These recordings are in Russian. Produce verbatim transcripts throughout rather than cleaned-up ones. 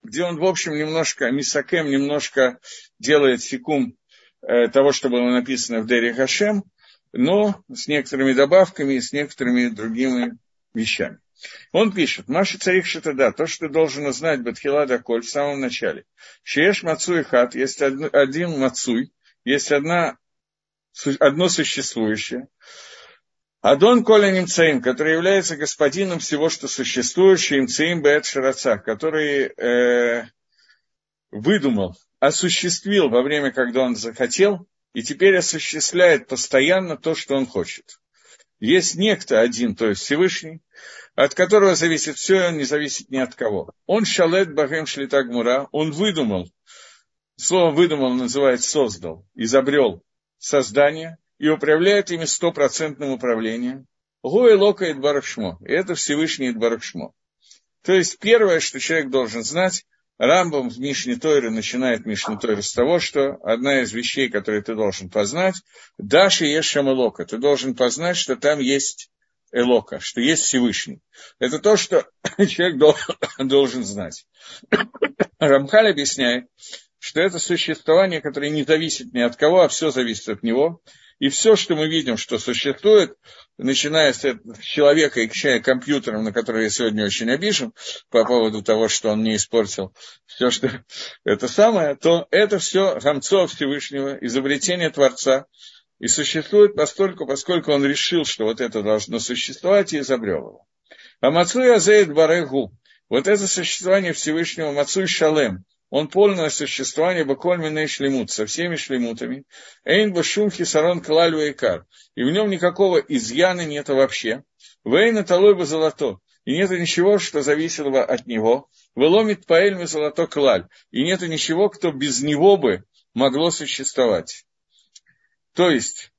где он, в общем, немножко, мисакем, немножко делает секум э, того, что было написано в Дери Хашем, но с некоторыми добавками и с некоторыми другими вещами. Он пишет, Маша царих шатада, то, что ты должен узнать Батхила Даколь в самом начале. Шееш Мацуй Хат, есть один Мацуй, есть одна, одно существующее. Адон Коля Немцаим, который является господином всего, что существующее, Имцаим Беэт Шараца, который э, выдумал, осуществил во время, когда он захотел, и теперь осуществляет постоянно то, что он хочет. Есть некто один, то есть Всевышний, от которого зависит все, и он не зависит ни от кого. Он шалет багем шлита гмура, он выдумал, слово выдумал называется создал, изобрел создание, и управляет ими стопроцентным управлением. Гуэ лока Идбарах Шмо. И это Всевышний Идбарах Шмо. То есть первое, что человек должен знать, Рамбам в Мишне Тойре начинает Мишне Тойре с того, что одна из вещей, которые ты должен познать, Даши Ешам Элока. Ты должен познать, что там есть Элока, что есть Всевышний. Это то, что человек должен, должен знать. Рамхаль объясняет, что это существование, которое не зависит ни от кого, а все зависит от него. И все, что мы видим, что существует, начиная с человека и кончая компьютером, на который я сегодня очень обижен, по поводу того, что он не испортил все, что это самое, то это все гамцо Всевышнего, изобретение Творца, и существует постольку, поскольку он решил, что вот это должно существовать, и изобрел его. А Мацуй Азеид Барегу, вот это существование Всевышнего, Мацуй Шалем, он полное существование бакольмина и шлемут, со всеми шлемутами. Эйн башум хисарон клаль вейкар. И в нем никакого изъяна нет вообще. Вейна талой бы золото. И нету ничего, что зависело бы от него. Веломит паэльми золото клаль. И нету ничего, кто без него бы могло существовать. То есть,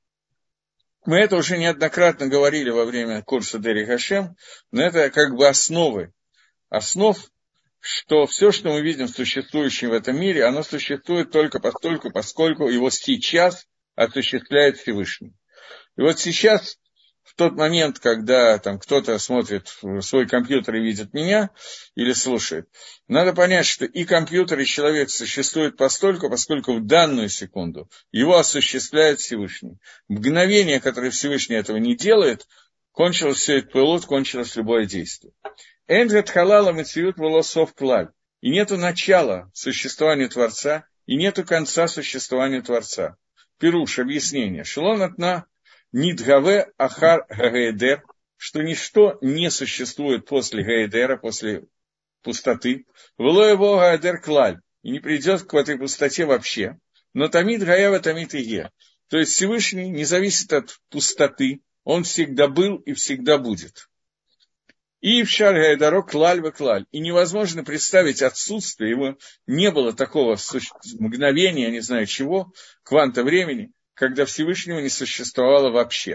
мы это уже неоднократно говорили во время курса Дери Хашем, но это как бы основы. Основ, что все, что мы видим существующим в этом мире, оно существует только постольку, поскольку его сейчас осуществляет Всевышний. И вот сейчас, в тот момент, когда там кто-то смотрит в свой компьютер и видит меня или слушает, надо понять, что и компьютер, и человек существуют постольку, поскольку в данную секунду его осуществляет Всевышний. Мгновение, которое Всевышний этого не делает, кончилось все это пилот, кончилось любое действие. Эндрет халала мециют волосов клаль. И нету начала существования Творца, и нету конца существования Творца. Пируш, объяснение. Шелон отна нидгаве ахар гаэдер, что ничто не существует после гаэдера, после пустоты. Вело его гаэдер клаль. И не придет к этой пустоте вообще. Но тамид гаева тамид иге. То есть Всевышний не зависит от пустоты. Он всегда был и всегда будет. И в шар дорог клаль в клаль. И невозможно представить отсутствие его. Не было такого мгновения, не знаю чего, кванта времени, когда Всевышнего не существовало вообще.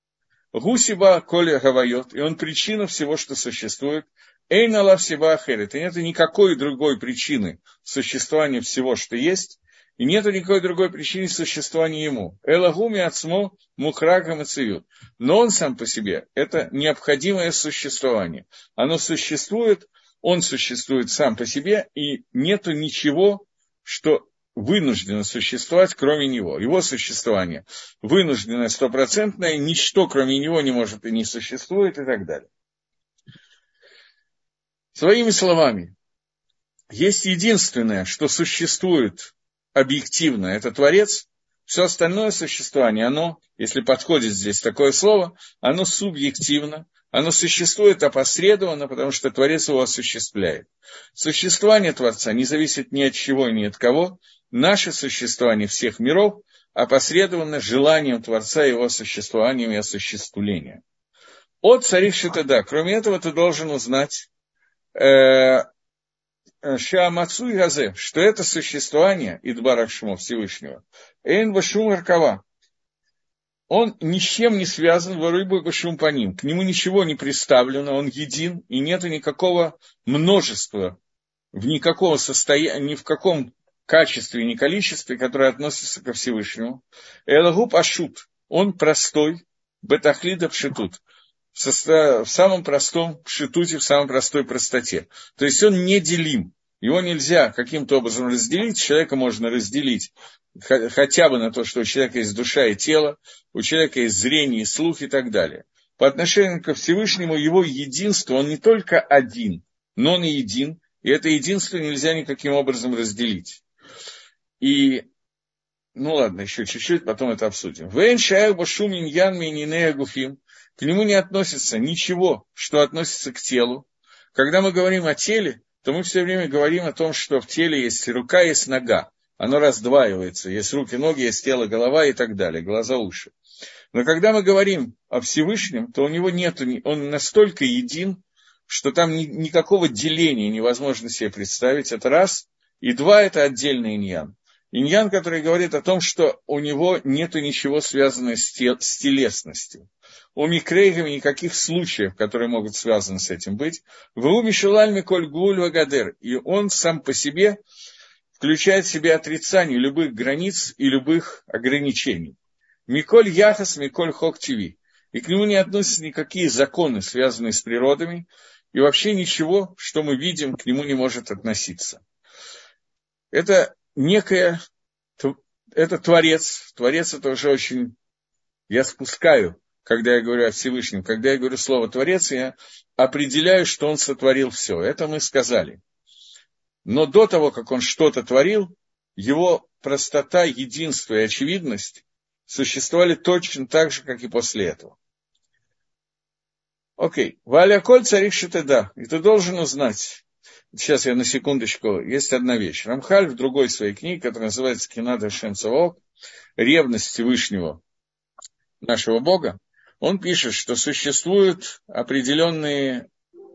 Гусиба коля гавайот, и он причина всего, что существует. Эйна ла всеба ахерет, и нет никакой другой причины существования всего, что есть, и нет никакой другой причины существования ему. Элагуми ацмо мухрагам и циют. Но он сам по себе – это необходимое существование. Оно существует, он существует сам по себе, и нету ничего, что вынуждено существовать, кроме него. Его существование вынужденное, стопроцентное, ничто, кроме него, не может и не существует, и так далее. Своими словами, есть единственное, что существует объективно, это Творец, все остальное существование, оно, если подходит здесь такое слово, оно субъективно, оно существует опосредованно, потому что Творец его осуществляет. Существование Творца не зависит ни от чего, ни от кого. Наше существование всех миров опосредовано желанием Творца, его существованием и осуществлением. От царих шитада. Кроме этого, ты должен узнать, э, Шаамацуй газе, что это существование Идбарах Шмо Всевышнего, эйн башум аркава, он ни с чем не связан, варыбу башум по ним, к нему ничего не представлено, он един, и нет никакого множества, в никакого состояния, ни в каком качестве, ни количестве, которое относится ко Всевышнему. Элагу пашут, он простой, бетахлида пшитут, в, состав, в самом простом пшитуте, в самой простой простоте. То есть он неделим. Его нельзя каким-то образом разделить, человека можно разделить хотя бы на то, что у человека есть душа и тело, у человека есть зрение и слух и так далее. По отношению ко Всевышнему его единство, он не только один, но он и един, и это единство нельзя никаким образом разделить. И, ну ладно, еще чуть-чуть, потом это обсудим. Вэн шаях башум иньян мининея гуфим. К нему не относится ничего, что относится к телу. Когда мы говорим о теле, то мы все время говорим о том, что в теле есть рука, есть нога. Оно раздваивается. Есть руки, ноги, есть тело, голова и так далее, глаза, уши. Но когда мы говорим о Всевышнем, то у него нет, он настолько един, что там ни, никакого деления невозможно себе представить. Это раз. И два, это отдельный иньян. Иньян, который говорит о том, что у него нет ничего связанного с, тел, с телесностью. У микрейгами никаких случаев, которые могут связаны с этим быть. Ву мишелаль миколь гуль вагадер. И он сам по себе включает в себя отрицание любых границ и любых ограничений. Миколь яхас, миколь хок тиви. И к нему не относятся никакие законы, связанные с природами, и вообще ничего, что мы видим, к нему не может относиться. Это некое, это Творец. Творец это уже очень, я спускаю, когда я говорю о Всевышнем. Когда я говорю слово Творец, я определяю, что он сотворил все. Это мы сказали. Но до того, как он что-то творил, его простота, единство и очевидность существовали точно так же, как и после этого. Окей. Валя коль царих шетеда. И ты должен узнать. Сейчас я на секундочку. Есть одна вещь. Рамхаль в другой своей книге, которая называется Кинат Ашем Цаваот, ревность Всевышнего нашего Бога, он пишет, что существуют определенные,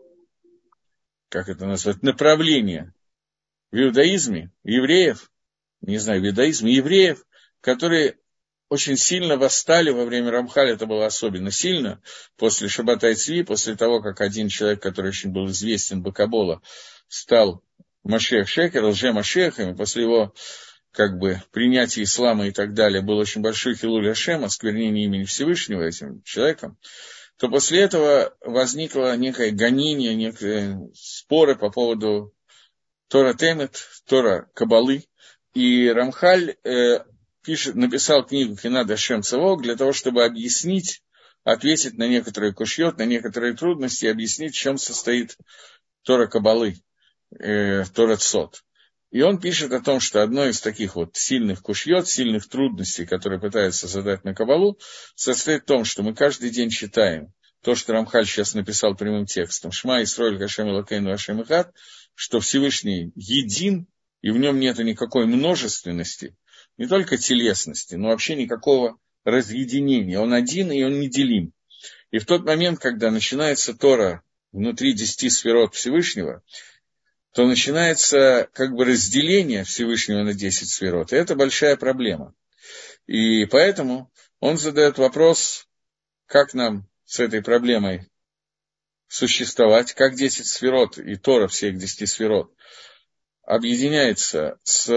как это назвать, направления в иудаизме, евреев, не знаю, в иудаизме, евреев, которые очень сильно восстали во время Рамхаля, это было особенно сильно, после Шаббат ай-Цви, после того, как один человек, который очень был известен, Бакабола, стал Машех Шекер, лже-Машехом, и после его как бы принятия ислама и так далее был очень большой хилуль Ашем, осквернение имени Всевышнего этим человеком, то после этого возникло некое гонение, некие споры по поводу Тора Темет, Тора Кабалы, и Рамхаль э, пишет, написал книгу Кинат Ашем Цаваот для того, чтобы объяснить, ответить на некоторые кушьет, на некоторые трудности и объяснить, в чем состоит Тора Кабалы, э, Тора Цот. И он пишет о том, что одно из таких вот сильных кушьет, сильных трудностей, которые пытаются задать на Кабалу, состоит в том, что мы каждый день читаем то, что Рамхаль сейчас написал прямым текстом, Шма Исроэль Хашем Элокейну Ашем Эхад, что Всевышний един, и в нем нет никакой множественности, не только телесности, но вообще никакого разъединения. Он один, и он неделим. И в тот момент, когда начинается Тора внутри десяти сферот Всевышнего, то начинается как бы разделение Всевышнего на десять сферот. И это большая проблема. И поэтому он задает вопрос, как нам с этой проблемой существовать, как десять сферот и Тора всех десяти сферот объединяется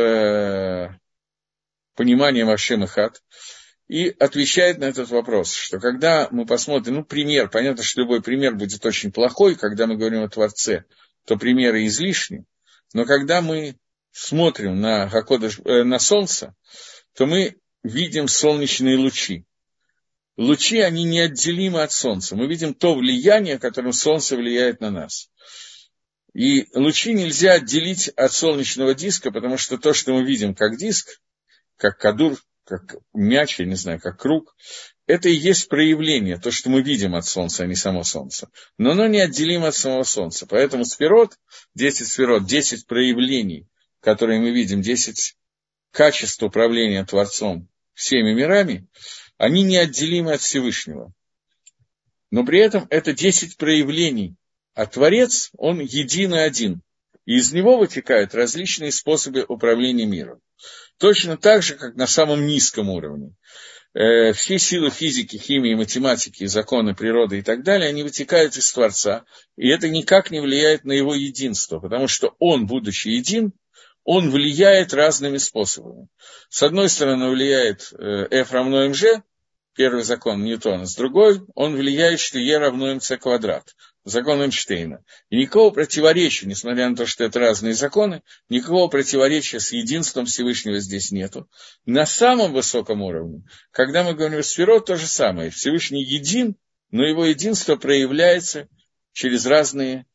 с пониманием Ашем Эхад, и отвечает на этот вопрос, что когда мы посмотрим, ну, пример, понятно, что любой пример будет очень плохой, когда мы говорим о Творце, то примеры излишни, но когда мы смотрим на, Хакодыш, э, на солнце, то мы видим солнечные лучи. Лучи, они неотделимы от солнца. Мы видим то влияние, которым солнце влияет на нас. И лучи нельзя отделить от солнечного диска, потому что то, что мы видим как диск, как кадур, как мяч, я не знаю, как круг, это и есть проявление, то, что мы видим от Солнца, а не само Солнце. Но оно неотделимо от самого Солнца. Поэтому сферот, десять сферот, десять проявлений, которые мы видим, десять качеств управления Творцом всеми мирами, они неотделимы от Всевышнего. Но при этом это десять проявлений, а Творец, он един и один. И из него вытекают различные способы управления миром. Точно так же, как на самом низком уровне. Э, все силы физики, химии, математики, законы природы и так далее, они вытекают из Творца. И это никак не влияет на его единство, потому что он, будучи един, он влияет разными способами. С одной стороны, влияет э, F равно МЖ, первый закон Ньютона. С другой, он влияет, что Е равно МЦ квадрат. закон Эйнштейна. И никакого противоречия, несмотря на то, что это разные законы, никакого противоречия с единством Всевышнего здесь нету. На самом высоком уровне, когда мы говорим о сферот, то же самое. Всевышний един, но его единство проявляется через разные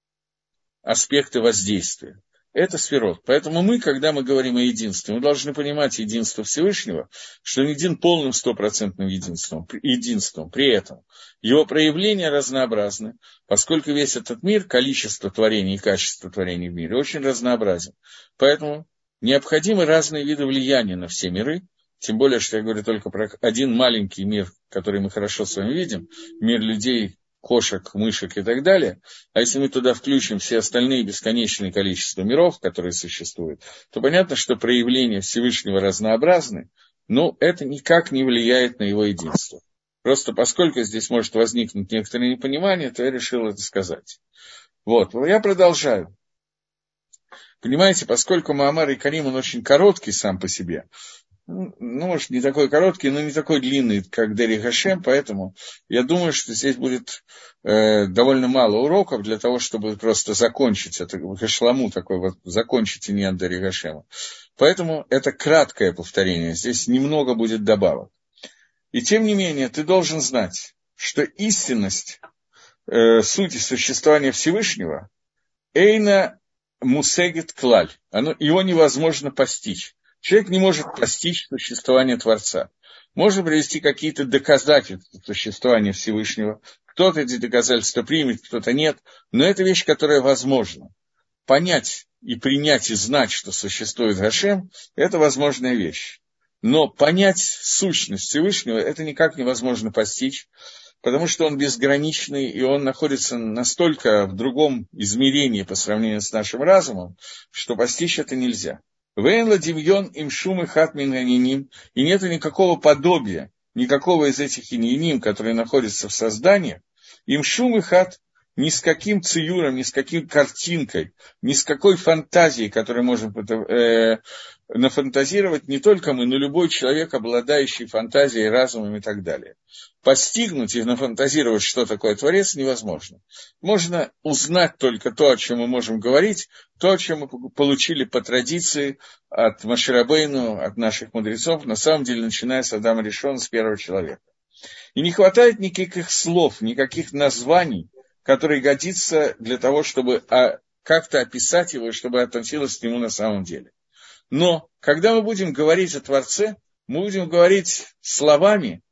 аспекты воздействия. Это сферот. Поэтому мы, когда мы говорим о единстве, мы должны понимать единство Всевышнего, что он един полным стопроцентным единством, единством. При этом его проявления разнообразны, поскольку весь этот мир, количество творений и качество творений в мире очень разнообразен. Поэтому необходимы разные виды влияния на все миры, тем более, что я говорю только про один маленький мир, который мы хорошо с вами видим, мир людей, кошек, мышек и так далее, а если мы туда включим все остальные бесконечные количество миров, которые существуют, то понятно, что проявления Всевышнего разнообразны, но это никак не влияет на его единство. Просто поскольку здесь может возникнуть некоторое непонимание, то я решил это сказать. Вот, я продолжаю. Понимаете, поскольку Маамар Икарим, он очень короткий сам по себе, ну, может, не такой короткий, но не такой длинный, как Дерих Хашем, поэтому я думаю, что здесь будет э, довольно мало уроков для того, чтобы просто закончить это, хашламу такой вот, закончить иньян Дерих Хашема. Поэтому это краткое повторение, здесь немного будет добавок. И тем не менее, ты должен знать, что истинность э, сути существования Всевышнего эйна мусегет клаль, оно, его невозможно постичь. Человек не может постичь существование Творца. Можно привести какие-то доказательства существования Всевышнего. Кто-то эти доказательства примет, кто-то нет. Но это вещь, которая возможна. Понять и принять и знать, что существует Гашем, это возможная вещь. Но понять сущность Всевышнего, это никак невозможно постичь, потому что он безграничный, и он находится настолько в другом измерении по сравнению с нашим разумом, что постичь это нельзя. Вейнла Димьон им шум и хат минганиним, и нет никакого подобия, никакого из этих иньяним, которые находятся в создании, им шум и хат ни с каким циюром, ни с каким картинкой, ни с какой фантазией, которую можем э, нафантазировать не только мы, но любой человек, обладающий фантазией, разумом и так далее. Постигнуть и нафантазировать, что такое Творец, невозможно. Можно узнать только то, о чем мы можем говорить, то, о чем мы получили по традиции от Моше Рабейну, от наших мудрецов, на самом деле, начиная с Адама Ришона, с первого человека. И не хватает никаких слов, никаких названий, которые годятся для того, чтобы как-то описать его, и чтобы относилось к нему на самом деле. Но, когда мы будем говорить о Творце, мы будем говорить словами,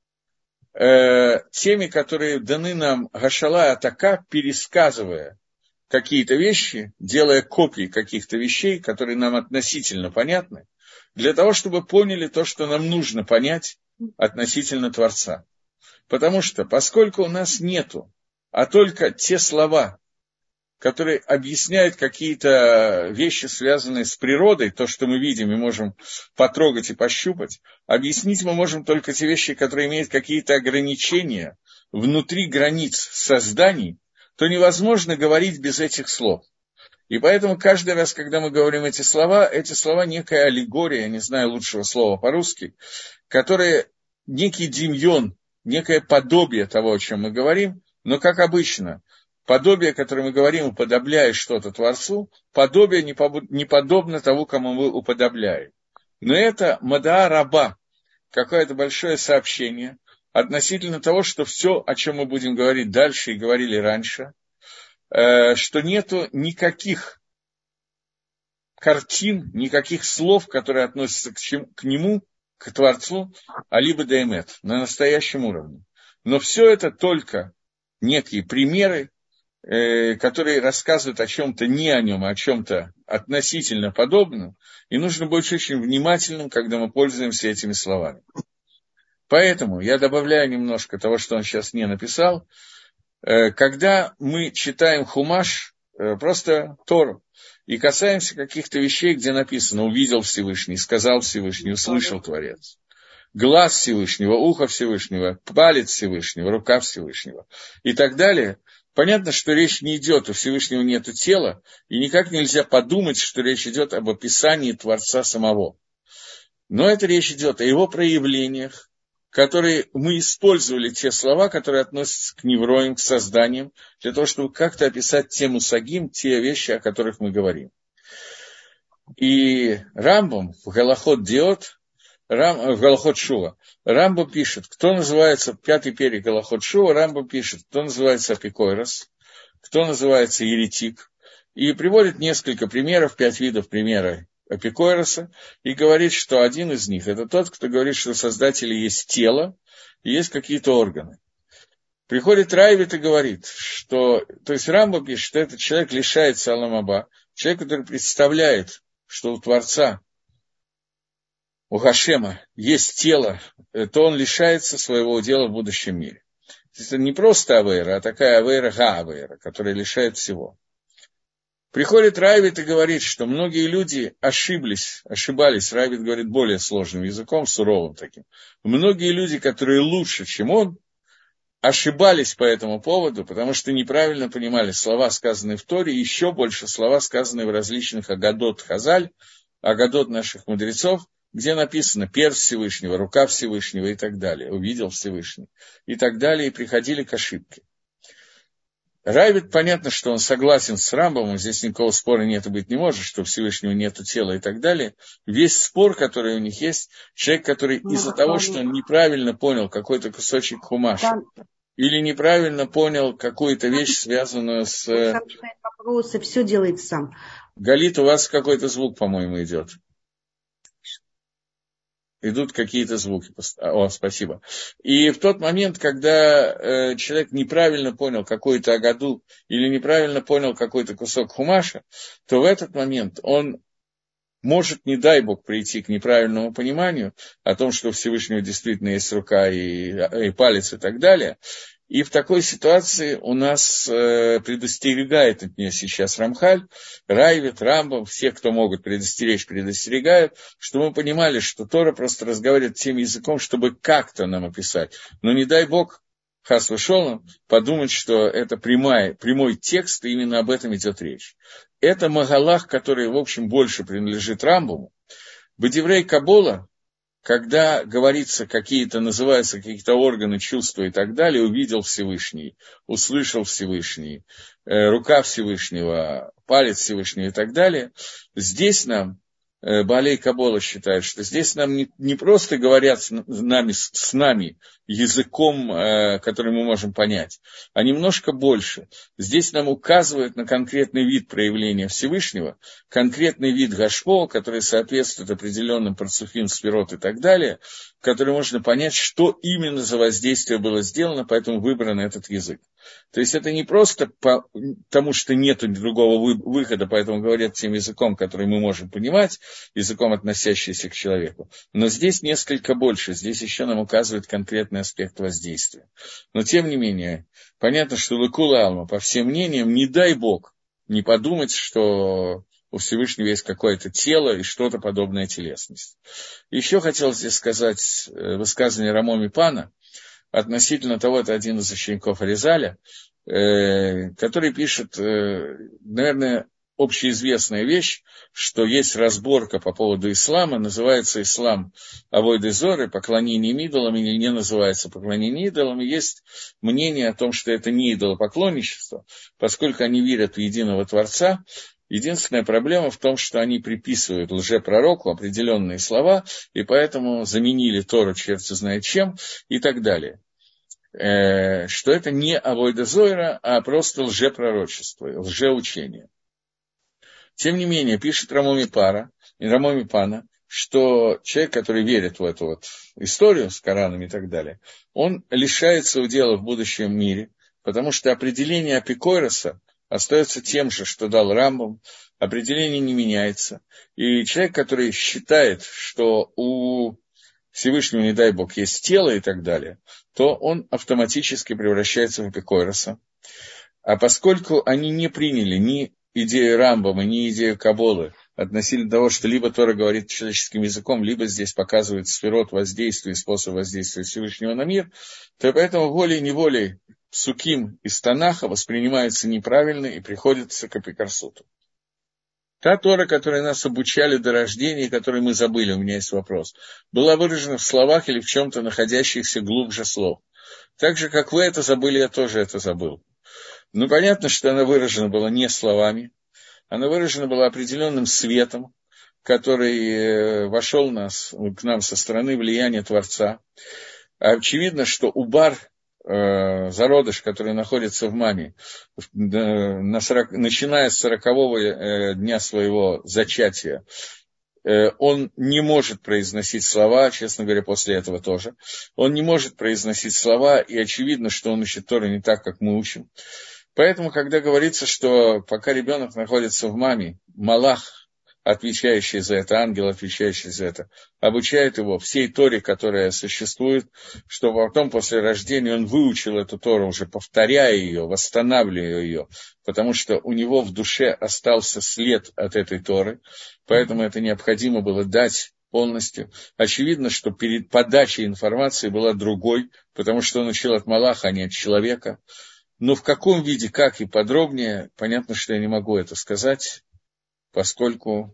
э, теми, которые даны нам Гашала Атака, пересказывая какие-то вещи, делая копии каких-то вещей, которые нам относительно понятны, для того, чтобы поняли то, что нам нужно понять относительно Творца. Потому что, поскольку у нас нету, а только те слова, которые объясняют какие-то вещи, связанные с природой, то, что мы видим и можем потрогать и пощупать, объяснить мы можем только те вещи, которые имеют какие-то ограничения внутри границ созданий, то невозможно говорить без этих слов. И поэтому каждый раз, когда мы говорим эти слова, эти слова некая аллегория, я не знаю лучшего слова по-русски, которые некий демьон, некое подобие того, о чем мы говорим, но, как обычно, подобие, которое мы говорим, уподобляя что-то Творцу, подобие не подобно тому, кому мы уподобляем. Но это мадаа раба, какое-то большое сообщение относительно того, что все, о чем мы будем говорить дальше и говорили раньше, э, что нету никаких картин, никаких слов, которые относятся к, чем, к нему, к Творцу, алибо деймет, на настоящем уровне. Но все это только некие примеры, э, которые рассказывают о чем-то не о нем, а о чем-то относительно подобном, и нужно быть очень внимательным, когда мы пользуемся этими словами. Поэтому я добавляю немножко того, что он сейчас не написал. Э, когда мы читаем Хумаш, э, просто Тору, и касаемся каких-то вещей, где написано «увидел Всевышний», «сказал Всевышний», «услышал Творец», глаз Всевышнего, ухо Всевышнего, палец Всевышнего, рука Всевышнего и так далее, понятно, что речь не идет, у Всевышнего нет тела, и никак нельзя подумать, что речь идет об описании Творца самого. Но это речь идет о его проявлениях, которые мы использовали те слова, которые относятся к невроям, к созданиям, для того, чтобы как-то описать те мусагим, те вещи, о которых мы говорим. И Рамбам в Галахот Диот, Рам, в Галахот Шува, Рамбам пишет, кто называется, пятый перек Галахот Шува, Рамбам пишет, кто называется апикойрос, кто называется еретик, и приводит несколько примеров, пять видов примера апикойроса, и говорит, что один из них – это тот, кто говорит, что у Создателя есть тело и есть какие-то органы. Приходит Райвит и говорит, что, то есть Рамбам пишет, что этот человек лишается Аламаба, человек, который представляет, что у Творца, у Хашема есть тело, то он лишается своего удела в будущем мире. Это не просто авейра, а такая авейра га-авейра, которая лишает всего. Приходит Райвит и говорит, что многие люди ошиблись, ошибались, Райвит говорит более сложным языком, суровым таким. Многие люди, которые лучше, чем он, ошибались по этому поводу, потому что неправильно понимали слова, сказанные в Торе, и еще больше слова, сказанные в различных агадот Хазаль, агадот наших мудрецов, где написано перст Всевышнего, рука Всевышнего и так далее, увидел Всевышний и так далее, и приходили к ошибке. Райвит, понятно, что он согласен с Рамбамом, здесь никакого спора нет и быть не может, что у Всевышнего нету тела и так далее. Весь спор, который у них есть, человек, который ну, из-за того, что он неправильно понял какой-то кусочек хумаша, да. Или неправильно понял какую-то вещь, связанную с... Вопросы, все делает сам. Галит, у вас какой-то звук, по-моему, идет. Идут какие-то звуки. О, спасибо. И в тот момент, когда э, человек неправильно понял какую-то агаду или неправильно понял какой-то кусок хумаша, то в этот момент он может, не дай Бог, прийти к неправильному пониманию о том, что у Всевышнего действительно есть рука и, и палец и так далее. И в такой ситуации у нас э, предостерегает от нее сейчас Рамхаль, Райвит, Рамбам, все, кто могут предостеречь, предостерегают, что мы понимали, что Тора просто разговаривает тем языком, чтобы как-то нам описать. Но не дай Бог, хас вышел, подумать, что это прямая, прямой текст, и именно об этом идет речь. Это Магалах, который, в общем, больше принадлежит Рамбаму. Бадиврей Кабола, когда говорится какие-то, называются какие-то органы, чувства и так далее, увидел Всевышний, услышал Всевышний, э, рука Всевышнего, палец Всевышнего и так далее, здесь нам, э, Баалей Кабола считает, что здесь нам не, не просто говорят с нами, с нами языком, э, который мы можем понять, а немножко больше. Здесь нам указывают на конкретный вид проявления Всевышнего, конкретный вид Гашмо, который соответствует определенным парцуфим, сферот и так далее, в который можно понять, что именно за воздействие было сделано, поэтому выбран этот язык. То есть это не просто потому, что нет другого выхода, поэтому говорят тем языком, который мы можем понимать, языком, относящимся к человеку. Но здесь несколько больше, здесь еще нам указывает конкретный аспект воздействия. Но тем не менее, понятно, что Лыкула Алма, по всем мнениям, не дай Бог не подумать, что у Всевышнего есть какое-то тело и что-то подобное телесности. Еще хотел здесь сказать высказывание Рамо Мипана относительно того, это один из учеников Аризаля, э, который пишет, э, наверное, общеизвестная вещь, что есть разборка по поводу ислама, называется ислам авойдо зоры, поклонение идолам, или не называется поклонение идолам, и есть мнение о том, что это не идолопоклонничество, поскольку они верят в единого Творца. Единственная проблема в том, что они приписывают лжепророку определенные слова, и поэтому заменили Тору черти знает чем, и так далее. Э, что это не авойдо зора, а просто лжепророчество, лжеучение. Тем не менее, пишет Рамо Мипара, Рамо Мипана, что человек, который верит в эту вот историю с Кораном и так далее, он лишается удела в будущем мире, потому что определение апикойроса остается тем же, что дал Рамбам, определение не меняется. И человек, который считает, что у Всевышнего, не дай Бог, есть тело и так далее, то он автоматически превращается в апикойроса. А поскольку они не приняли ни идею Рамбама, ни идею Каболы относительно того, что либо Тора говорит человеческим языком, либо здесь показывает сферот воздействия и способ воздействия Всевышнего на мир, то поэтому волей-неволей псуким из Танаха воспринимаются неправильно и приходится к апикорсуту. Та Тора, которой нас обучали до рождения, которой мы забыли, у меня есть вопрос, была выражена в словах или в чем-то находящихся глубже слов. Так же, как вы это забыли, я тоже это забыл. Ну, понятно, что она выражена была не словами, она выражена была определенным светом, который вошел нас, к нам со стороны влияния Творца. Очевидно, что Убар, э, зародыш, который находится в маме, на сорок, начиная с сорокового э, дня своего зачатия, э, он не может произносить слова, честно говоря, после этого тоже. Он не может произносить слова, и очевидно, что он учит Тору не так, как мы учим. Поэтому, когда говорится, что пока ребенок находится в маме, малах, отвечающий за это, ангел, отвечающий за это, обучает его всей Торе, которая существует, чтобы потом, после рождения, он выучил эту Тору, уже повторяя ее, восстанавливая ее, потому что у него в душе остался след от этой Торы, поэтому это необходимо было дать полностью. Очевидно, что перед подачей информации была другой, потому что он учил от малаха, а не от человека. Но в каком виде, как и подробнее, понятно, что я не могу это сказать, поскольку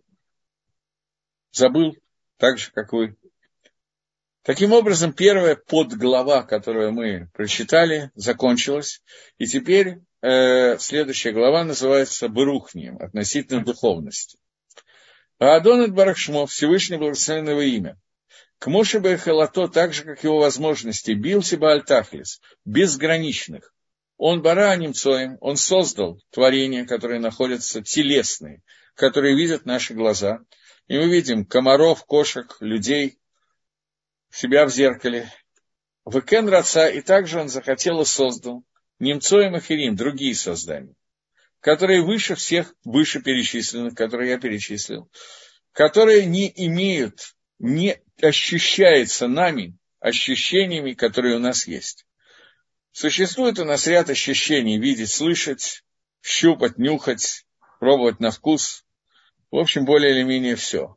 забыл, так же, как вы. Таким образом, первая подглава, которую мы прочитали, закончилась. И теперь э, следующая глава называется «Барухнием», относительно духовности. Аадон ит-барах шмо, Всевышний благословен его имя. К Моше бе-халато, так же, как его возможности, бился бааль-тахлис, безграничных. Он бара немцоем, он создал творения, которые находятся телесные, которые видят наши глаза. И мы видим комаров, кошек, людей, себя в зеркале. Векен раца, и также он захотел и создал немцоем и хирим, другие создания, которые выше всех, выше перечисленных, которые я перечислил, которые не имеют, не ощущаются нами ощущениями, которые у нас есть. Существует у нас ряд ощущений: видеть, слышать, щупать, нюхать, пробовать на вкус. В общем, более или менее все.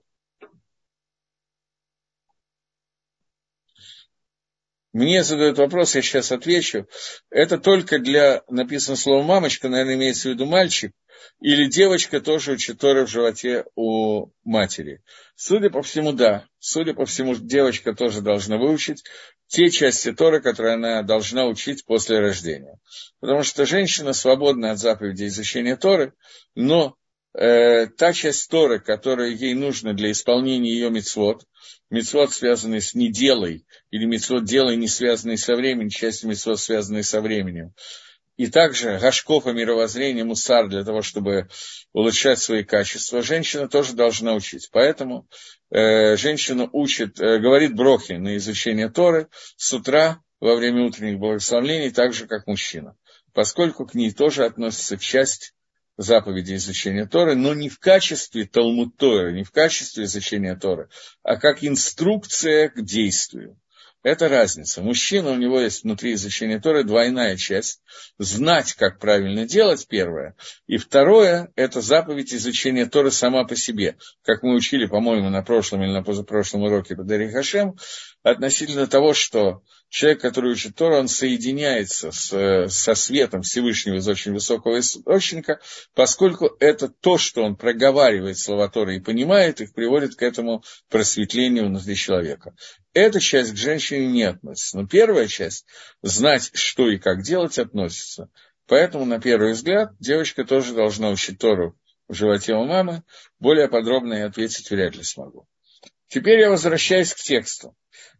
Мне задают вопрос, я сейчас отвечу. Это только для, написано слово «мамочка», наверное, имеется в виду мальчик, или девочка тоже учит Тору в животе у матери. Судя по всему, да. Судя по всему, девочка тоже должна выучить те части Торы, которые она должна учить после рождения. Потому что женщина свободна от заповедей изучения Торы, но э, та часть Торы, которая ей нужна для исполнения ее мицвот, мицвот, связанный с неделой, или мицвот делай, не связанный со временем, часть мицвот, связанные со временем, и также гашков и мировоззрение, мусар, для того, чтобы улучшать свои качества, женщина тоже должна учить. Поэтому э, женщина учит, э, говорит брохи на изучение Торы с утра во время утренних благословений, так же, как мужчина, поскольку к ней тоже относится часть заповеди изучения Торы, но не в качестве Талмуд Торы, не в качестве изучения Торы, а как инструкция к действию. Это разница. Мужчина, у него есть внутри изучения Торы двойная часть. Знать, как правильно делать, первое. И второе, это заповедь изучения Торы сама по себе. Как мы учили, по-моему, на прошлом или на позапрошлом уроке по Дерих Хашем, относительно того, что человек, который учит Тору, он соединяется с, со светом Всевышнего из очень высокого источника, поскольку это то, что он проговаривает слова Торы и понимает, их приводит к этому просветлению внутри человека. Эта часть к женщине не относится. Но первая часть, знать, что и как делать, относится. Поэтому, на первый взгляд, девочка тоже должна учить Тору в животе у мамы. Более подробно я ответить вряд ли смогу. Теперь я возвращаюсь к тексту,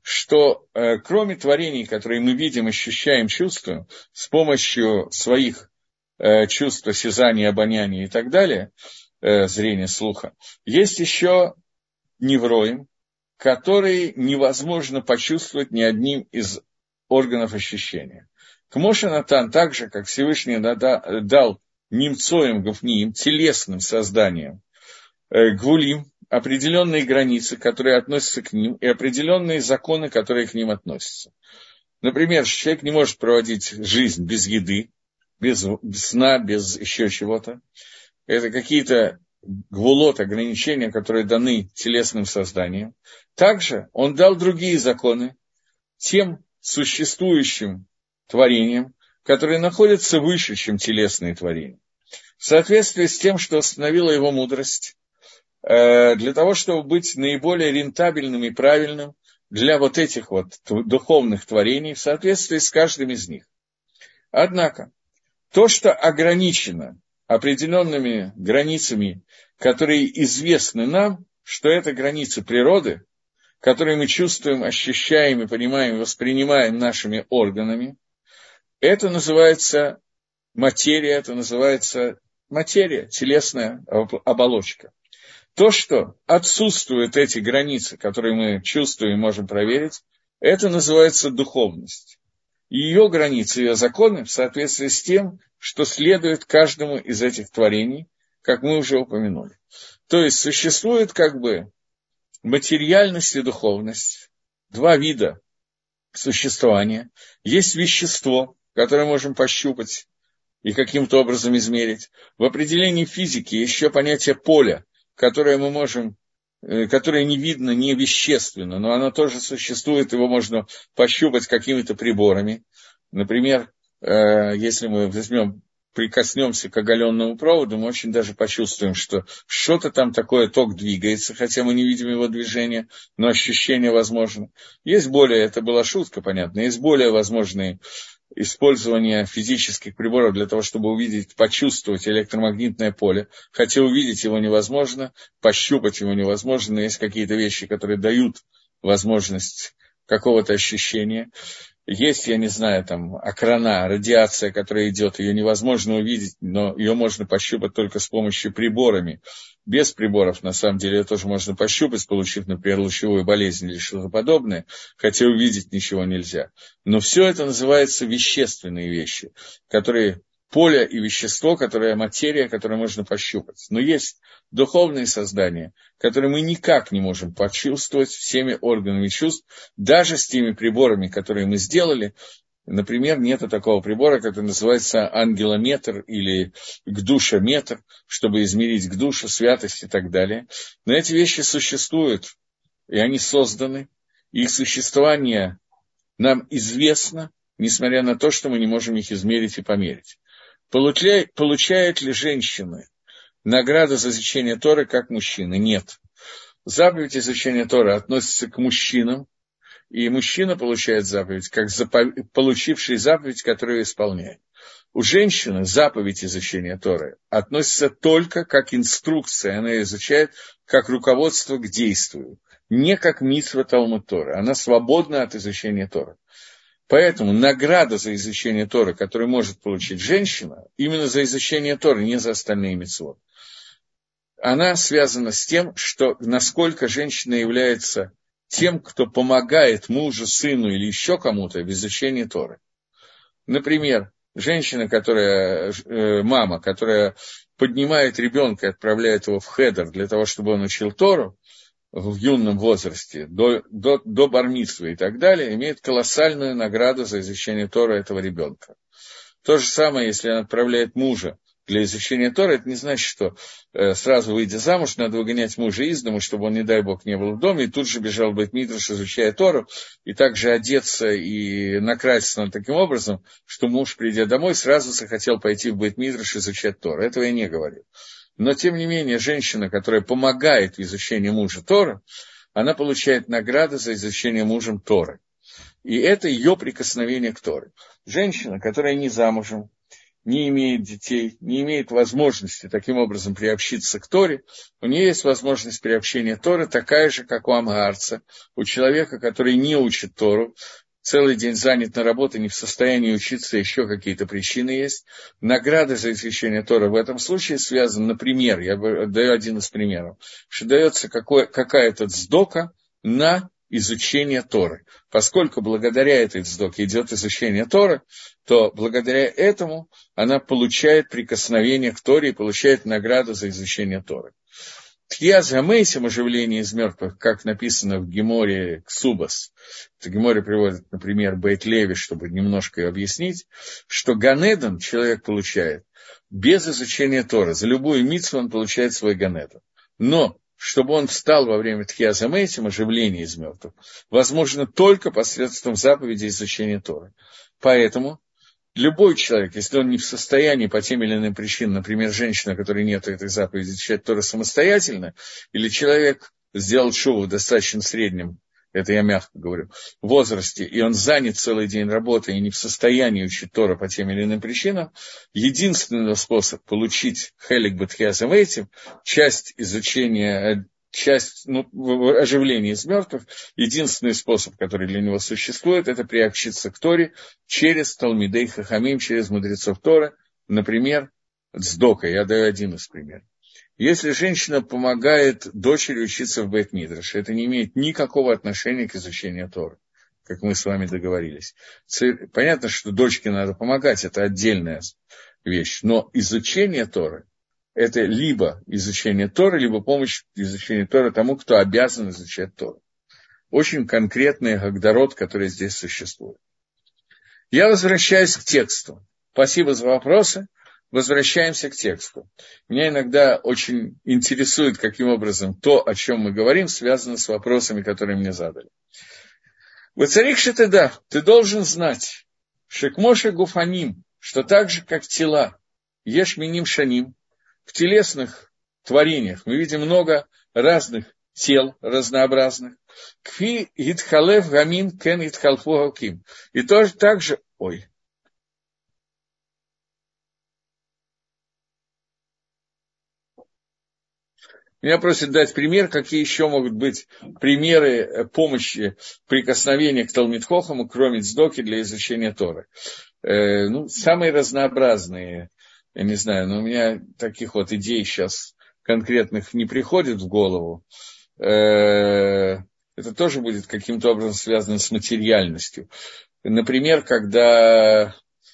что э, кроме творений, которые мы видим, ощущаем, чувствуем, с помощью своих э, чувств, осязания, обоняния и так далее, э, зрения, слуха, есть еще невроим, которые невозможно почувствовать ни одним из органов ощущения. К Моше Натан, так же, как Всевышний дал немцоем гуфниим, телесным созданием, э, гвулим, определенные границы, которые относятся к ним, и определенные законы, которые к ним относятся. Например, человек не может проводить жизнь без еды, без, без сна, без еще чего-то. Это какие-то гвулот, ограничения, которые даны телесным созданиям. Также он дал другие законы тем существующим творениям, которые находятся выше, чем телесные творения. В соответствии с тем, что установила его мудрость, для того, чтобы быть наиболее рентабельным и правильным для вот этих вот духовных творений в соответствии с каждым из них. Однако, то, что ограничено определенными границами, которые известны нам, что это границы природы, которые мы чувствуем, ощущаем и понимаем, воспринимаем нашими органами, это называется материя, это называется материя, телесная оболочка. То, что отсутствуют эти границы, которые мы чувствуем и можем проверить, это называется духовность. Ее границы, ее законы в соответствии с тем, что следует каждому из этих творений, как мы уже упомянули. То есть существует как бы материальность и духовность, два вида существования. Есть вещество, которое можем пощупать и каким-то образом измерить. В определении физики еще понятие поля, которое мы можем, которое не видно, не вещественно, но оно тоже существует, его можно пощупать какими-то приборами. Например, если мы возьмем, прикоснемся к оголенному проводу, мы очень даже почувствуем, что что-то там такое, ток двигается, хотя мы не видим его движения, но ощущение возможно. Есть более, это была шутка, понятно, есть более возможные использование физических приборов для того, чтобы увидеть, почувствовать электромагнитное поле, хотя увидеть его невозможно, пощупать его невозможно, но есть какие-то вещи, которые дают возможность какого-то ощущения. Есть, я не знаю, там, окрана, радиация, которая идет, ее невозможно увидеть, но ее можно пощупать только с помощью приборами. Без приборов, на самом деле, ее тоже можно пощупать, получив, например, лучевую болезнь или что-то подобное, хотя увидеть ничего нельзя. Но все это называется вещественные вещи, которые поле и вещество, которое материя, которое можно пощупать. Но есть духовные создания, которые мы никак не можем почувствовать всеми органами чувств, даже с теми приборами, которые мы сделали. Например, нет такого прибора, который называется ангелометр или гдушометр, чтобы измерить гдушу, святость и так далее. Но эти вещи существуют, и они созданы. Их существование нам известно, несмотря на то, что мы не можем их измерить и померить. Получает, получает ли женщина награду за изучение Торы, как мужчины? Нет. Заповедь изучения Торы относится к мужчинам, и мужчина получает заповедь, как запов... получивший заповедь, которую исполняет. У женщины заповедь изучения Торы относится только как инструкция, она изучает как руководство к действию, не как мицва Талмуд Торы, она свободна от изучения Торы. Поэтому награда за изучение Торы, которую может получить женщина, именно за изучение Торы, не за остальные мицвот, она связана с тем, что насколько женщина является тем, кто помогает мужу, сыну или еще кому-то в изучении Торы. Например, женщина, которая, э, мама, которая поднимает ребенка и отправляет его в хедер для того, чтобы он учил Тору в юном возрасте, до, до, до бар-мицвы и так далее, имеет колоссальную награду за изучение Торы этого ребенка. То же самое, если она отправляет мужа для изучения Торы, это не значит, что э, сразу выйдя замуж, надо выгонять мужа из дома, чтобы он, не дай бог, не был в доме, и тут же бежал в бейт-мидраш, изучая Тору, и также одеться и накраситься таким образом, что муж, придя домой, сразу захотел пойти в бейт-мидраш изучать Тору. Этого я не говорю. Но, тем не менее, женщина, которая помогает в изучении мужа Торы, она получает награды за изучение мужем Торы. И это ее прикосновение к Торе. Женщина, которая не замужем, не имеет детей, не имеет возможности таким образом приобщиться к Торе, у нее есть возможность приобщения Торы такая же, как у амгаарца, у человека, который не учит Тору, целый день занят на работе, не в состоянии учиться, еще какие-то причины есть. Награда за изучение Торы в этом случае связана, например, я даю один из примеров, что дается какой, какая-то цдока на изучение Торы. Поскольку благодаря этой цдоке идет изучение Торы, то благодаря этому она получает прикосновение к Торе и получает награду за изучение Торы. Тхияс гамейсим, оживление из мертвых, как написано в Геморе Ксубас, это Геморе приводит, например, Бейт Леви, чтобы немножко ее объяснить, что Ганедон человек получает без изучения Торы. За любую мицву он получает свой Ганедон. Но чтобы он встал во время Тхияс гамейсим, оживления из мертвых, возможно только посредством заповеди изучения Торы. Поэтому любой человек, если он не в состоянии по тем или иным причинам, например, женщина, у которой нет этой заповеди изучать Тору самостоятельно, или человек сделал шуву в достаточно среднем, это я мягко говорю, в возрасте, и он занят целый день работой и не в состоянии учить Тору по тем или иным причинам, единственный способ получить хелик бетхиазом этим, часть изучения, часть ну, оживления из мертвых, единственный способ, который для него существует, это приобщиться к Торе через Талмидей Хахамим, через мудрецов Торы, например, Цдока. Я даю один из примеров. Если женщина помогает дочери учиться в Бейт-Мидраше, это не имеет никакого отношения к изучению Торы, как мы с вами договорились. Понятно, что дочке надо помогать, это отдельная вещь, но изучение Торы – это либо изучение Торы, либо помощь в изучении Торы тому, кто обязан изучать Тору. Очень конкретный гагдорот, который здесь существует. Я возвращаюсь к тексту. Спасибо за вопросы. Возвращаемся к тексту. Меня иногда очень интересует, каким образом то, о чем мы говорим, связано с вопросами, которые мне задали. Вацарих шетеда, ты должен знать, шекмоше гуфаним, что так же, как тела, еш миним шаним, в телесных творениях мы видим много разных тел, разнообразных. Кфи гитхалев гамин кен гитхалфу галким. И тоже так же, ой, меня просят дать пример, какие еще могут быть примеры помощи, прикосновения к Талмид Хохаму, кроме Цдоки, для изучения Торы. Э, ну, самые разнообразные, я не знаю, но у меня таких вот идей сейчас конкретных не приходит в голову. Э, это тоже будет каким-то образом связано с материальностью. Например, когда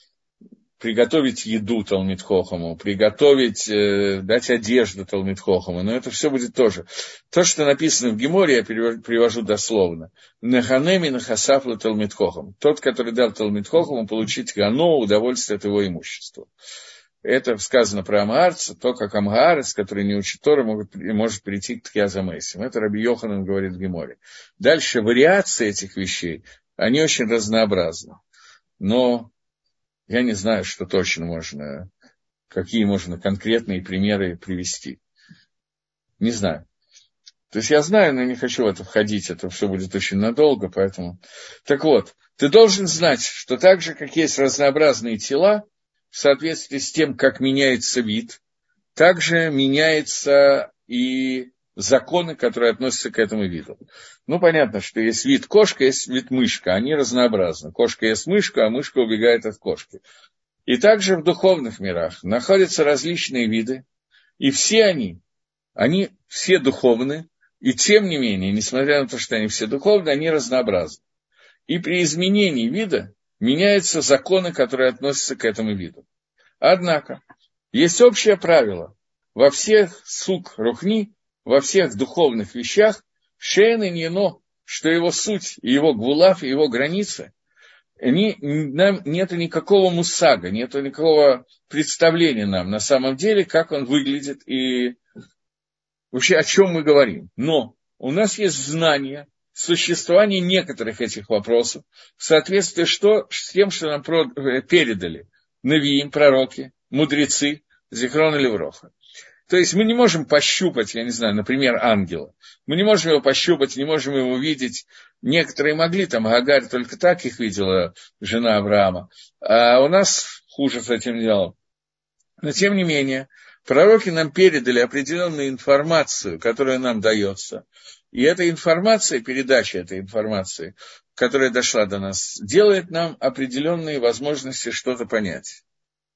приготовить еду Талмид Хохаму, приготовить, э, дать одежду Талмид Хохаму, но это все будет тоже. То, что написано в Геморе, я привожу дословно. Неханеми нахасафлу Талмид Хохам. Тот, который дал Талмид Хохаму, получить гано, удовольствие от его имущества. Это сказано про Амаарца, то, как Амаарец, который не учит Тору, может, может прийти к Тхиазамейсим. Это Раби Йоханан говорит в Геморе. Дальше вариации этих вещей, они очень разнообразны. Но я не знаю, что точно можно, какие можно конкретные примеры привести. Не знаю. То есть я знаю, но не хочу в это входить, это все будет очень надолго, поэтому... Так вот, ты должен знать, что так же, как есть разнообразные тела, в соответствии с тем, как меняется вид, также меняются и законы, которые относятся к этому виду. Ну, понятно, что есть вид кошка, есть вид мышка, они разнообразны. Кошка ест мышку, а мышка убегает от кошки. И также в духовных мирах находятся различные виды, и все они, они все духовны, и тем не менее, несмотря на то, что они все духовны, они разнообразны. И при изменении вида меняются законы, которые относятся к этому виду. Однако, есть общее правило. Во всех сук рухни, во всех духовных вещах, шейн и нено, что его суть, и его гвулав, и его границы, они, нам нет никакого мусага, нет никакого представления нам на самом деле, как он выглядит и вообще о чем мы говорим. Но у нас есть знание существования некоторых этих вопросов в соответствии что, с тем, что нам передали навиим, пророки, мудрецы, Зихрон и Левроха. То есть мы не можем пощупать, я не знаю, например, ангела. Мы не можем его пощупать, не можем его видеть. Некоторые могли, там Агарь только так их видела, жена Авраама. А у нас хуже с этим делом. Но тем не менее, пророки нам передали определенную информацию, которая нам дается. И эта информация, передача этой информации, которая дошла до нас, делает нам определенные возможности что-то понять.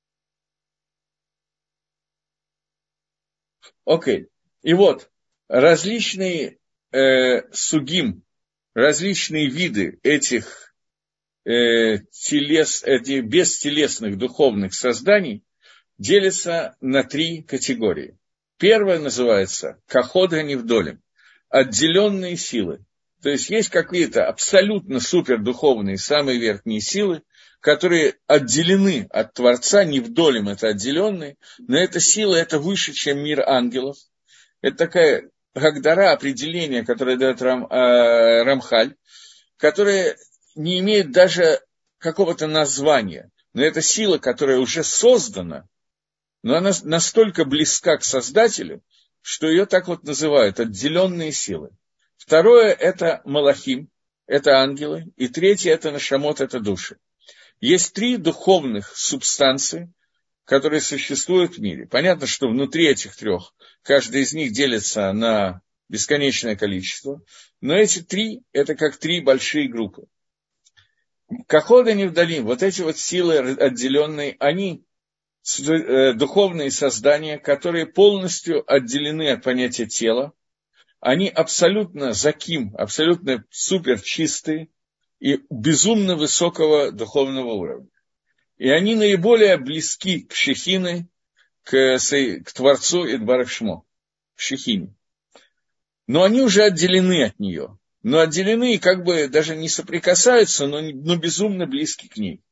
Окей. Okay. И вот различные э, сугим, различные виды этих, э, телес, этих бестелесных духовных созданий делятся на три категории. Первая называется каход ганивдолим, отделенные силы. То есть есть какие-то абсолютно супердуховные, самые верхние силы, которые отделены от Творца, не вдолем это отделенные, но эта сила, это выше, чем мир ангелов. Это такая гагдара, определение, которое дает Рам, э, Рамхаль, которое не имеет даже какого-то названия. но это сила, которая уже создана, но она настолько близка к Создателю, что ее так вот называют отделенные силы. Второе – это малахим, это ангелы, и третье – это нашамот, это души. Есть три духовных субстанции, которые существуют в мире. Понятно, что внутри этих трех каждая из них делится на бесконечное количество, но эти три – это как три большие группы. Каход и Невдалим, вот эти вот силы отделенные, они духовные создания, которые полностью отделены от понятия тела, они абсолютно заким, абсолютно супер чистые и безумно высокого духовного уровня. И они наиболее близки к Шехине, к, к Творцу Идбарах Шмо, к Шехине. Но они уже отделены от нее. Но отделены и как бы даже не соприкасаются, но, но безумно близки к ней.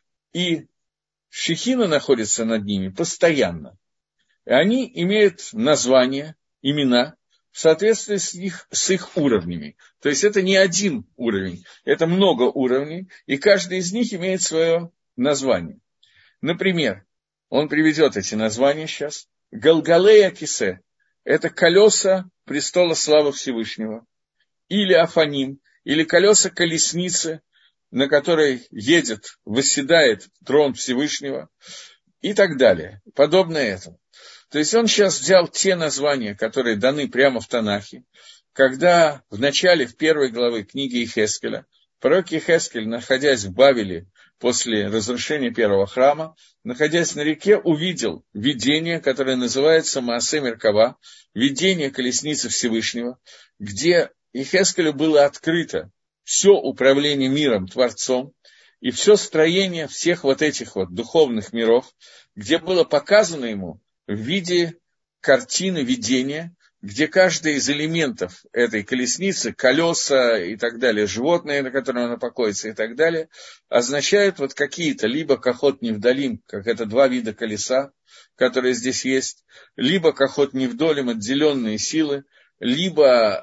И Шехина находится над ними постоянно. И они имеют названия, имена, в соответствии с их, с их уровнями. То есть это не один уровень, это много уровней, и каждый из них имеет свое название. Например, он приведет эти названия сейчас. Галгалея Кисе – это колеса престола славы Всевышнего. Или Афаним, или колеса колесницы, на которой едет, восседает трон Всевышнего, и так далее. Подобное этому. То есть он сейчас взял те названия, которые даны прямо в Танахе, когда в начале, в первой главы книги Йехескеля, пророк Йехескель, находясь в Бавеле после разрушения первого храма, находясь на реке, увидел видение, которое называется Маасе Меркава, видение колесницы Всевышнего, где Йехескелю было открыто все управление миром, Творцом, и все строение всех вот этих вот духовных миров, где было показано ему в виде картины видения, где каждый из элементов этой колесницы, колеса и так далее, животные, на котором она покоится и так далее, означают вот какие-то, либо кахот невдалим, как это два вида колеса, которые здесь есть, либо кахот невдолим, отделенные силы, либо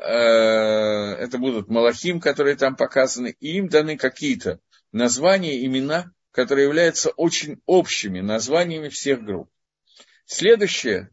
э, это будут малахим, которые там показаны, и им даны какие-то названия, имена, которые являются очень общими названиями всех групп. Следующее,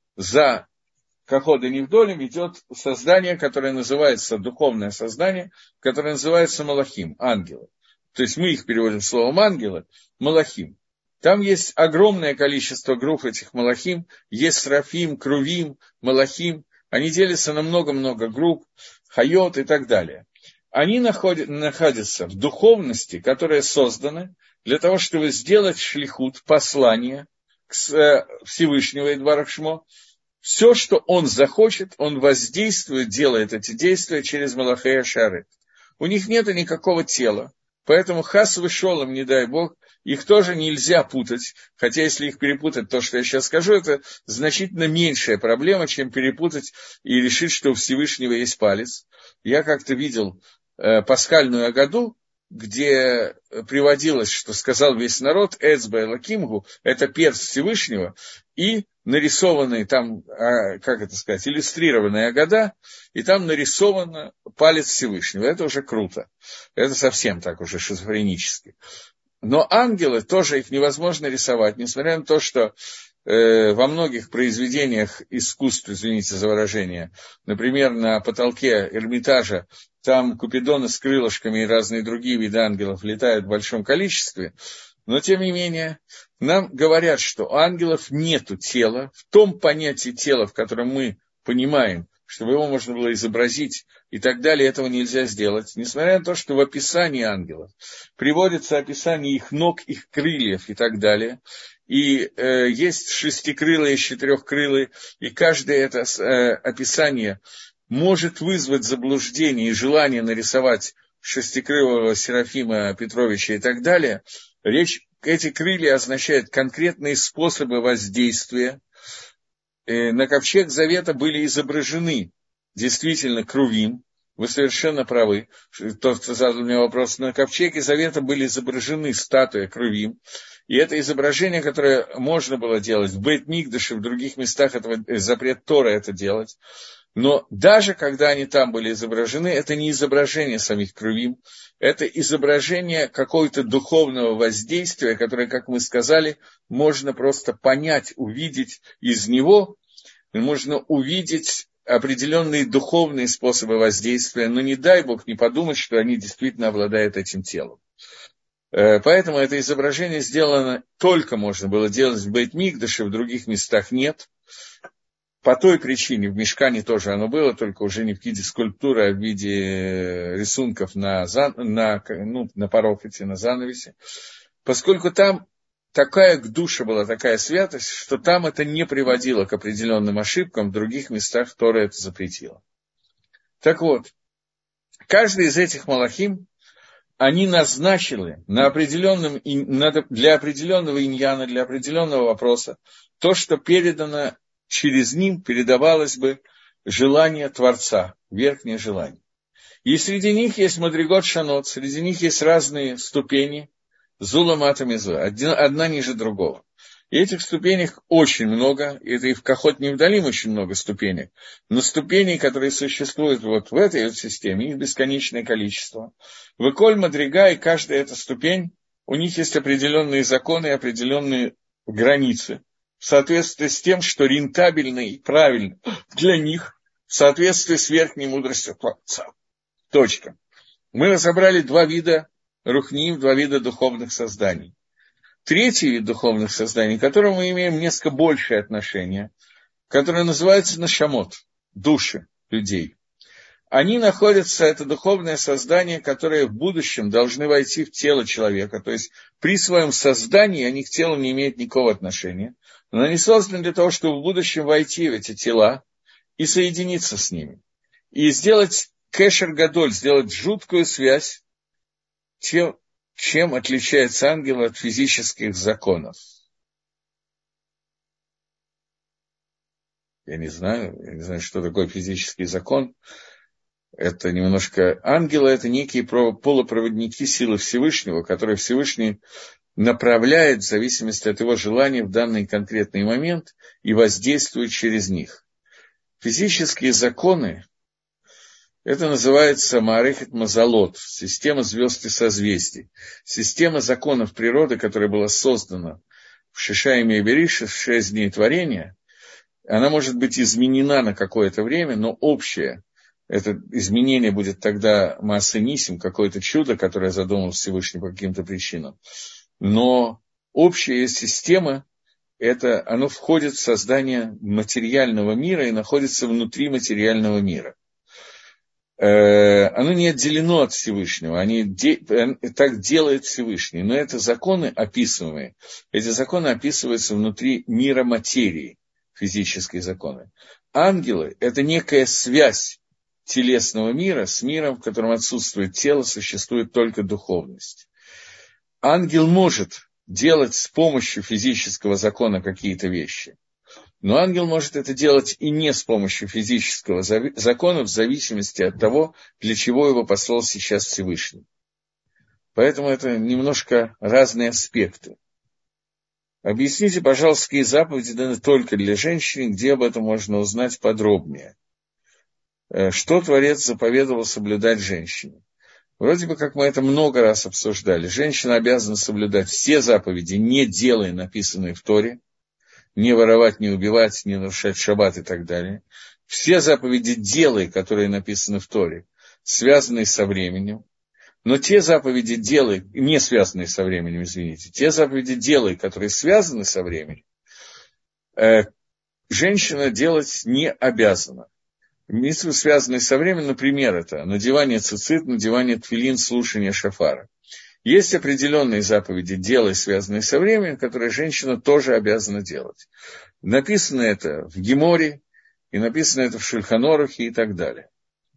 за Каход и Невдолим, идет создание, которое называется, духовное создание, которое называется Малахим, ангелы. То есть мы их переводим словом ангелы, Малахим. Там есть огромное количество групп этих Малахим, есть Срафим, Крувим, Малахим, они делятся на много-много групп, Хайот и так далее. Они находят, находятся в духовности, которая создана для того, чтобы сделать шлихут, послание к Всевышнего Идбарах Шмо. Все, что он захочет, он воздействует, делает эти действия через Малахея Шары. У них нет никакого тела, поэтому хас вышел им, не дай Бог, их тоже нельзя путать, хотя если их перепутать, то, что я сейчас скажу, это значительно меньшая проблема, чем перепутать и решить, что у Всевышнего есть палец. Я как-то видел э, пасхальную агаду, где приводилось, что сказал весь народ, Эцба Элокимгу, это перст Всевышнего, и нарисованные там, как это сказать, иллюстрированная агада, и там нарисован палец Всевышнего. Это уже круто. Это совсем так уже шизофренически. Но ангелы, тоже их невозможно рисовать, несмотря на то, что э, во многих произведениях искусств, извините за выражение, например, на потолке Эрмитажа, там купидоны с крылышками и разные другие виды ангелов летают в большом количестве, но, тем не менее, нам говорят, что у ангелов нету тела, в том понятии тела, в котором мы понимаем, чтобы его можно было изобразить и так далее, этого нельзя сделать, несмотря на то, что в описании ангелов приводится описание их ног, их крыльев и так далее, и э, есть шестикрылые, четырехкрылые, и каждое это э, описание может вызвать заблуждение и желание нарисовать шестикрылого Серафима Петровича и так далее. Речь, эти крылья означают конкретные способы воздействия. На ковчег Завета были изображены действительно крувим. Вы совершенно правы. Тот, кто задал мне вопрос, на ковчеге Завета были изображены статуи крувим. И это изображение, которое можно было делать в Бейт-Микдаше, в других местах этого запрет Торы это делать. Но даже когда они там были изображены, это не изображение самих крувим, это изображение какого-то духовного воздействия, которое, как мы сказали, можно просто понять, увидеть из него, можно увидеть определенные духовные способы воздействия, но не дай Бог не подумать, что они действительно обладают этим телом. Поэтому это изображение сделано, только можно было делать в Бейт-Микдаше, в других местах нет. По той причине, в Мишкане тоже оно было, только уже не в виде скульптуры, а в виде рисунков на, на, ну, на парофете, на занавесе. Поскольку там такая гдуша была, такая святость, что там это не приводило к определенным ошибкам, в других местах Тора это запретило. Так вот, каждый из этих малахим, они назначили на определенном, для определенного иньяна, для определенного вопроса, то, что передано через ним, передавалось бы желание Творца, верхнее желание. И среди них есть мадригот шанот, среди них есть разные ступени, зула мата мизу, одна ниже другого. И этих ступеней очень много, это и в Кахот Невдалим очень много ступенек, но ступеней, которые существуют вот в этой вот системе, их бесконечное количество. В Эколь Мадрига, и каждая эта ступень, у них есть определенные законы, определенные границы, в соответствии с тем, что рентабельно и правильно для них, в соответствии с верхней мудростью Творца. Точка. Мы разобрали два вида рухним, два вида духовных созданий. Третий вид духовных созданий, к которому мы имеем несколько большее отношение, которое называется нашамот, души людей. Они находятся, это духовное создание, которое в будущем должны войти в тело человека, то есть при своем создании они к телу не имеют никакого отношения, но они созданы для того, чтобы в будущем войти в эти тела и соединиться с ними, и сделать кешер гадоль, сделать жуткую связь, тем, чем отличается ангел от физических законов. Я не знаю, я не знаю, что такое физический закон. Это немножко... Ангелы — это некие полупроводники силы Всевышнего, которые Всевышний направляет в зависимости от его желания в данный конкретный момент и воздействует через них. Физические законы — это называется Маарехет Мазалот, система звезд и созвездий, система законов природы, которая была создана в Шишайме и Берише, в шесть дней творения. Она может быть изменена на какое-то время, но общее это изменение будет тогда Маасе Нисим, какое-то чудо, которое задумал Всевышний по каким-то причинам. Но общая система, это, оно входит в создание материального мира и находится внутри материального мира. Э, оно не отделено от Всевышнего, они де, так делает Всевышний, но это законы описываемые. Эти законы описываются внутри мира материи, физические законы. Ангелы – это некая связь телесного мира с миром, в котором отсутствует тело, существует только духовность. Ангел может делать с помощью физического закона какие-то вещи, но ангел может это делать и не с помощью физического закона, в зависимости от того, для чего его послал сейчас Всевышний. Поэтому это немножко разные аспекты. Объясните, пожалуйста, какие заповеди даны только для женщин, где об этом можно узнать подробнее. Что Творец заповедовал соблюдать женщине? Вроде бы, как мы это много раз обсуждали, женщина обязана соблюдать все заповеди, не делая написанные в Торе, не воровать, не убивать, не нарушать шаббат и так далее. Все заповеди делай, которые написаны в Торе, связанные со временем, но те заповеди делай, не связанные со временем, извините, те заповеди делай, которые связаны со временем, э, женщина делать не обязана. Мицвы, связанные со временем, например, это надевание цицит, надевание тфилин, слушание шафара. Есть определенные заповеди, делай, связанные со временем, которые женщина тоже обязана делать. Написано это в Геморе, и написано это в Шульхан Орухе и так далее.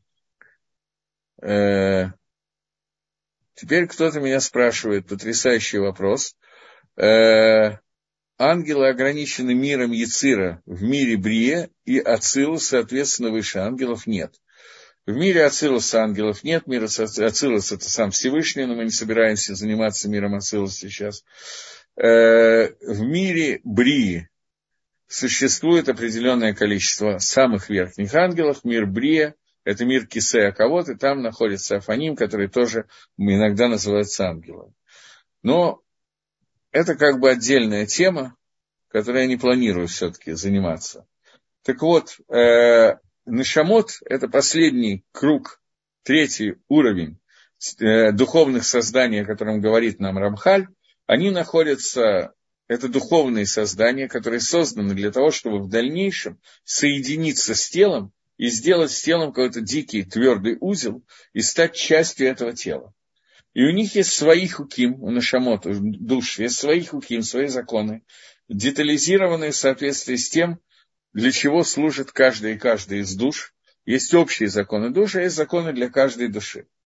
Э-э- теперь кто-то меня спрашивает, потрясающий вопрос. Э-э- Ангелы ограничены миром Яцира в мире Брие, и Ацилус, соответственно, выше ангелов нет. В мире Ацилуса ангелов нет, мир Ацилус – это сам Всевышний, но мы не собираемся заниматься миром Ацилус сейчас. В мире Брии существует определенное количество самых верхних ангелов, мир Брия, это мир Кисея Кавод, и там находится Афаним, который тоже иногда называется ангелом. Но это как бы отдельная тема, которой я не планирую все-таки заниматься. Так вот, э, Нешамот – это последний круг, третий уровень э, духовных созданий, о котором говорит нам Рамхаль. Они находятся, это духовные создания, которые созданы для того, чтобы в дальнейшем соединиться с телом и сделать с телом какой-то дикий твердый узел и стать частью этого тела. И у них есть свои хуким, у Нешамот, у душ, есть свои хуким, свои законы, детализированные в соответствии с тем, для чего служит каждая и каждая из душ. Есть общие законы души, а есть законы для каждой души.